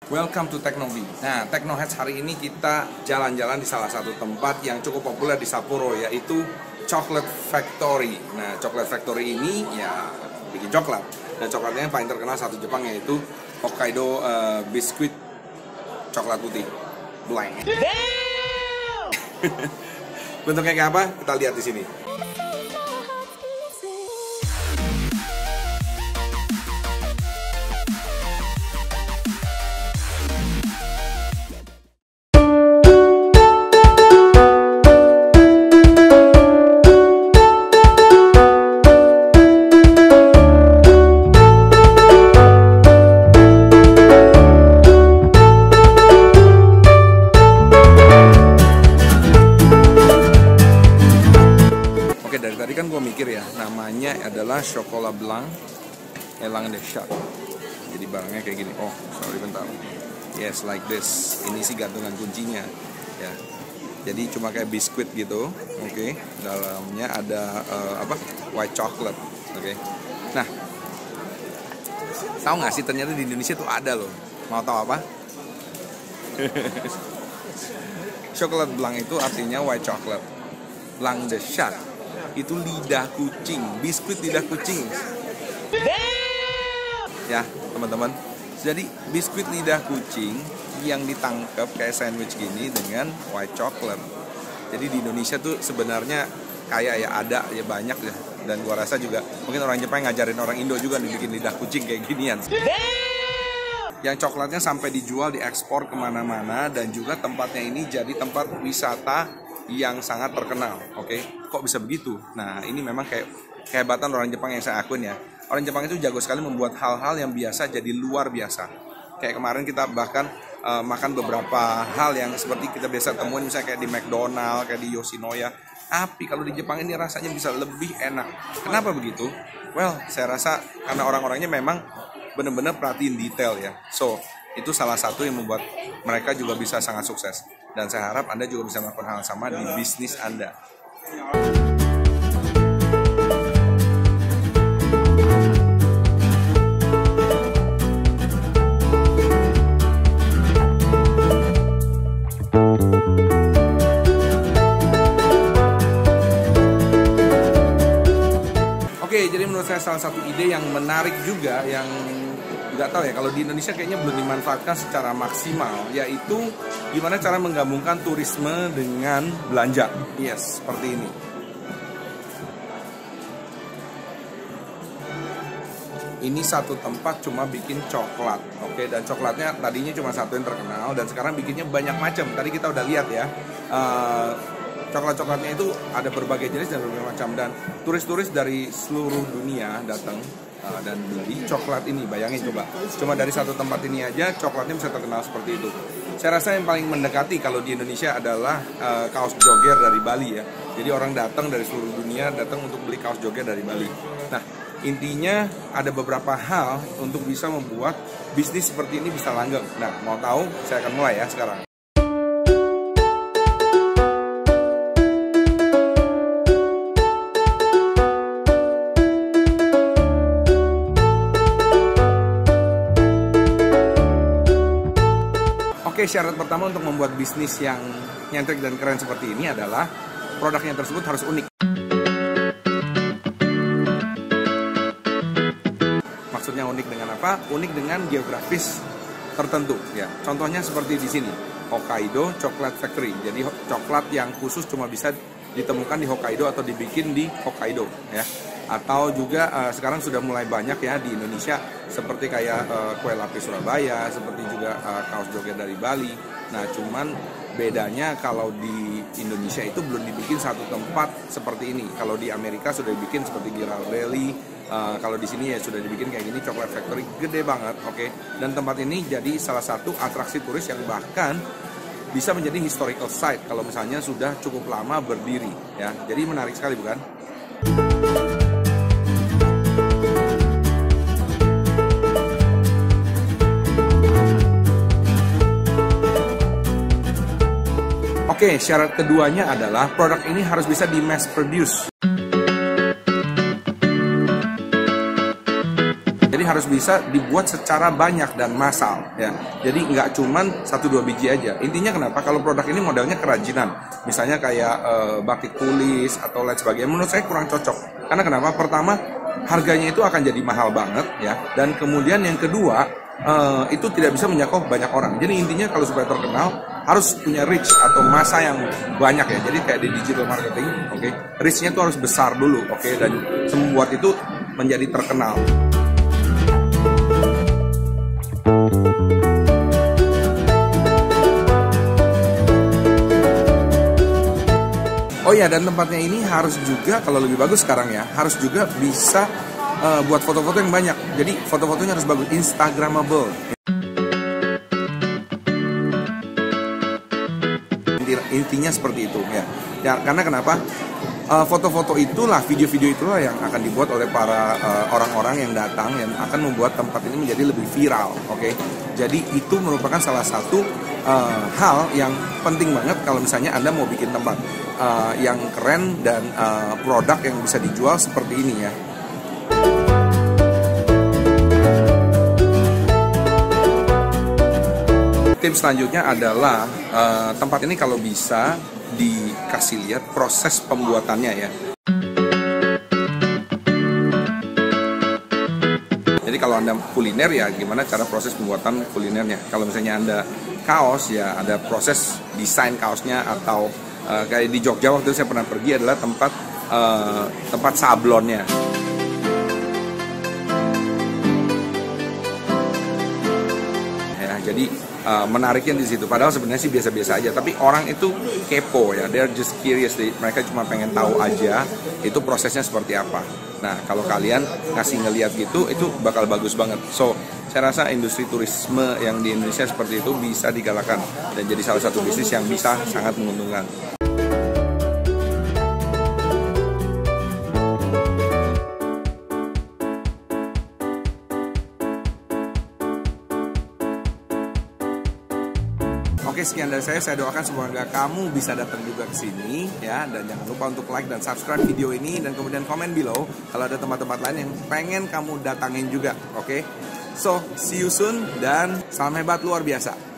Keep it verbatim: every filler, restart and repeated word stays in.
Welcome to Teknobi. Nah, Teknoheads hari ini kita jalan-jalan di salah satu tempat yang cukup populer di Sapporo, yaitu Chocolate Factory. Nah, Chocolate Factory ini ya bikin coklat. Dan coklatnya yang paling terkenal satu Jepang yaitu Hokkaido uh, Biscuit coklat putih blank. Bentuknya kayak apa? Kita lihat di sini. Dari tadi kan gue mikir ya, namanya adalah Chocolat Blanc Elang de Chat. Jadi barangnya kayak gini. Oh, sorry bentar. Yes, like this. Ini sih gantungan kuncinya. Ya. Jadi cuma kayak biskuit gitu. Oke. Okay. Dalamnya ada uh, apa? White chocolate. Oke. Okay. Nah, tahu nggak sih ternyata di Indonesia tuh ada loh. Mau tahu apa? Chocolat Blanc itu artinya white chocolate. Blanc de Chat itu lidah kucing, biskuit lidah kucing. Ya, teman-teman. Jadi biskuit lidah kucing yang ditangkap kayak sandwich gini dengan white chocolate. Jadi di Indonesia tuh sebenarnya kayak ya ada ya banyak ya. Dan gua rasa juga mungkin orang Jepang ngajarin orang Indo juga dibikin lidah kucing kayak ginian. Yang coklatnya sampai dijual, diekspor kemana-mana, dan juga tempatnya ini jadi tempat wisata yang sangat terkenal. Oke, okay? Kok bisa begitu? Nah, ini memang kayak kehebatan orang Jepang yang saya akuin ya. Orang Jepang itu jago sekali membuat hal-hal yang biasa jadi luar biasa. Kayak kemarin kita bahkan uh, makan beberapa hal yang seperti kita biasa temuin, misalnya kayak di McDonald, kayak di Yoshinoya. Tapi kalau di Jepang ini rasanya bisa lebih enak. Kenapa begitu? Well, saya rasa karena orang-orangnya memang benar-benar perhatiin detail ya. So, itu salah satu yang membuat mereka juga bisa sangat sukses. Dan saya harap Anda juga bisa melakukan hal yang sama di bisnis Anda. Oke, jadi menurut saya salah satu ide yang menarik juga, yang nggak tahu ya, kalau di Indonesia kayaknya belum dimanfaatkan secara maksimal, yaitu gimana cara menggabungkan turisme dengan belanja. Yes, seperti ini. Ini satu tempat cuma bikin coklat, oke, dan coklatnya tadinya cuma satu yang terkenal, dan sekarang bikinnya banyak macam. Tadi kita udah lihat ya, uh, coklat-coklatnya itu ada berbagai jenis dan berbagai macam, dan turis-turis dari seluruh dunia datang uh, dan beli coklat ini. Bayangin coba, cuma dari satu tempat ini aja coklatnya bisa terkenal seperti itu. Saya rasa yang paling mendekati kalau di Indonesia adalah uh, kaos jogger dari Bali ya. Jadi orang datang dari seluruh dunia datang untuk beli kaos jogger dari Bali. Nah, intinya ada beberapa hal untuk bisa membuat bisnis seperti ini bisa langgeng. Nah, mau tahu? Saya akan mulai ya sekarang. Oke, syarat pertama untuk membuat bisnis yang nyentrik dan keren seperti ini adalah produknya tersebut harus unik. Maksudnya unik dengan apa? Unik dengan geografis tertentu ya. Contohnya seperti di sini, Hokkaido Chocolate Factory. Jadi coklat yang khusus cuma bisa ditemukan di Hokkaido atau dibikin di Hokkaido ya. Atau juga uh, sekarang sudah mulai banyak ya di Indonesia, seperti kayak uh, kue lapis Surabaya, seperti juga uh, kaos jogger dari Bali. Nah, cuman bedanya kalau di Indonesia itu belum dibikin satu tempat seperti ini. Kalau di Amerika sudah dibikin seperti Ghirardelli, uh, kalau di sini ya sudah dibikin kayak gini, Chocolate Factory gede banget, oke. Okay? Dan tempat ini jadi salah satu atraksi turis yang bahkan bisa menjadi historical site kalau misalnya sudah cukup lama berdiri ya. Jadi menarik sekali, bukan? Oke, syarat keduanya adalah produk ini harus bisa di mass produce. Jadi harus bisa dibuat secara banyak dan massal ya. Jadi nggak cuman satu dua biji aja. Intinya kenapa? Kalau produk ini modelnya kerajinan, misalnya kayak uh, batik tulis atau lain sebagainya, menurut saya kurang cocok. Karena kenapa? Pertama, harganya itu akan jadi mahal banget ya. Dan kemudian yang kedua, uh, itu tidak bisa menjangkau banyak orang. Jadi intinya kalau supaya terkenal harus punya reach atau masa yang banyak ya. Jadi kayak di digital marketing, oke, okay? Reach-nya itu harus besar dulu, oke, okay? Dan membuat itu menjadi terkenal. Oh ya, dan tempatnya ini harus juga, kalau lebih bagus sekarang ya, harus juga bisa uh, buat foto-foto yang banyak. Jadi foto-fotonya harus bagus, instagramable. Intinya seperti itu ya. Ya karena kenapa? Uh, foto-foto itulah, video-video itulah yang akan dibuat oleh para uh, orang-orang yang datang, yang akan membuat tempat ini menjadi lebih viral, oke? Okay? Jadi itu merupakan salah satu uh, hal yang penting banget kalau misalnya Anda mau bikin tempat uh, yang keren dan uh, produk yang bisa dijual seperti ini ya. Tips selanjutnya adalah uh, tempat ini kalau bisa dikasih lihat proses pembuatannya ya. Jadi kalau Anda kuliner ya gimana cara proses pembuatan kulinernya. Kalau misalnya Anda kaos ya ada proses desain kaosnya, atau uh, kayak di Jogja waktu itu saya pernah pergi adalah tempat uh, tempat sablonnya. Ya, jadi Uh, menariknya di situ. Padahal sebenarnya sih biasa-biasa aja. Tapi orang itu kepo ya. They're just curious. Mereka cuma pengen tahu aja itu prosesnya seperti apa. Nah, kalau kalian ngasih ngeliat gitu, itu bakal bagus banget. So, saya rasa industri turisme yang di Indonesia seperti itu bisa digalakkan dan jadi salah satu bisnis yang bisa sangat menguntungkan. Oke, sekian dari saya. Saya doakan semoga kamu bisa datang juga ke sini ya, dan jangan lupa untuk like dan subscribe video ini, dan kemudian komen below kalau ada tempat-tempat lain yang pengen kamu datangin juga. Oke, so see you soon dan salam hebat luar biasa.